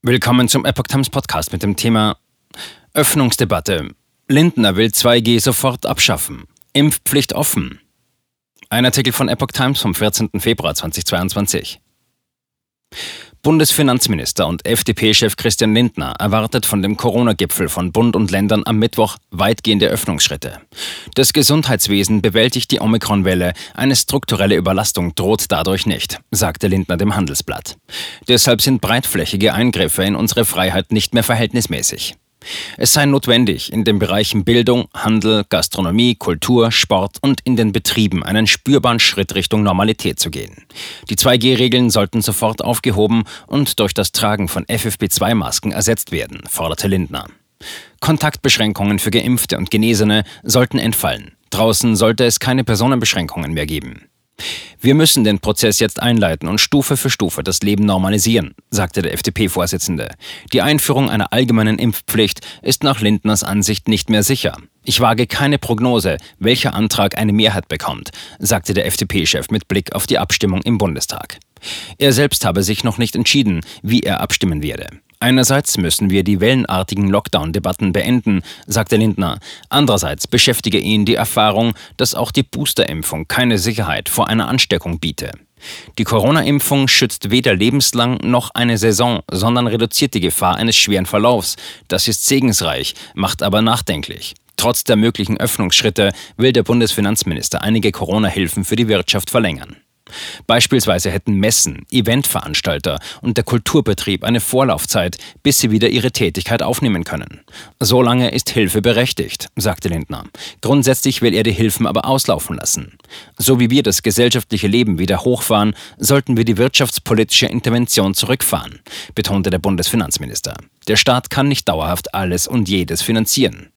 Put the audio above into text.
Willkommen zum Epoch Times Podcast mit dem Thema Öffnungsdebatte. Lindner will 2G sofort abschaffen. Impfpflicht offen. Ein Artikel von Epoch Times vom 14. Februar 2022. Bundesfinanzminister und FDP-Chef Christian Lindner erwartet von dem Corona-Gipfel von Bund und Ländern am Mittwoch weitgehende Öffnungsschritte. Das Gesundheitswesen bewältigt die Omikron-Welle, eine strukturelle Überlastung droht dadurch nicht, sagte Lindner dem Handelsblatt. Deshalb sind breitflächige Eingriffe in unsere Freiheit nicht mehr verhältnismäßig. Es sei notwendig, in den Bereichen Bildung, Handel, Gastronomie, Kultur, Sport und in den Betrieben einen spürbaren Schritt Richtung Normalität zu gehen. Die 2G-Regeln sollten sofort aufgehoben und durch das Tragen von FFP2-Masken ersetzt werden, forderte Lindner. Kontaktbeschränkungen für Geimpfte und Genesene sollten entfallen. Draußen sollte es keine Personenbeschränkungen mehr geben. Wir müssen den Prozess jetzt einleiten und Stufe für Stufe das Leben normalisieren, sagte der FDP-Vorsitzende. Die Einführung einer allgemeinen Impfpflicht ist nach Lindners Ansicht nicht mehr sicher. Ich wage keine Prognose, welcher Antrag eine Mehrheit bekommt, sagte der FDP-Chef mit Blick auf die Abstimmung im Bundestag. Er selbst habe sich noch nicht entschieden, wie er abstimmen werde. Einerseits müssen wir die wellenartigen Lockdown-Debatten beenden, sagte Lindner. Andererseits beschäftige ihn die Erfahrung, dass auch die Boosterimpfung keine Sicherheit vor einer Ansteckung biete. Die Corona-Impfung schützt weder lebenslang noch eine Saison, sondern reduziert die Gefahr eines schweren Verlaufs. Das ist segensreich, macht aber nachdenklich. Trotz der möglichen Öffnungsschritte will der Bundesfinanzminister einige Corona-Hilfen für die Wirtschaft verlängern. Beispielsweise hätten Messen, Eventveranstalter und der Kulturbetrieb eine Vorlaufzeit, bis sie wieder ihre Tätigkeit aufnehmen können. Solange ist Hilfe berechtigt, sagte Lindner. Grundsätzlich will er die Hilfen aber auslaufen lassen. So wie wir das gesellschaftliche Leben wieder hochfahren, sollten wir die wirtschaftspolitische Intervention zurückfahren, betonte der Bundesfinanzminister. Der Staat kann nicht dauerhaft alles und jedes finanzieren.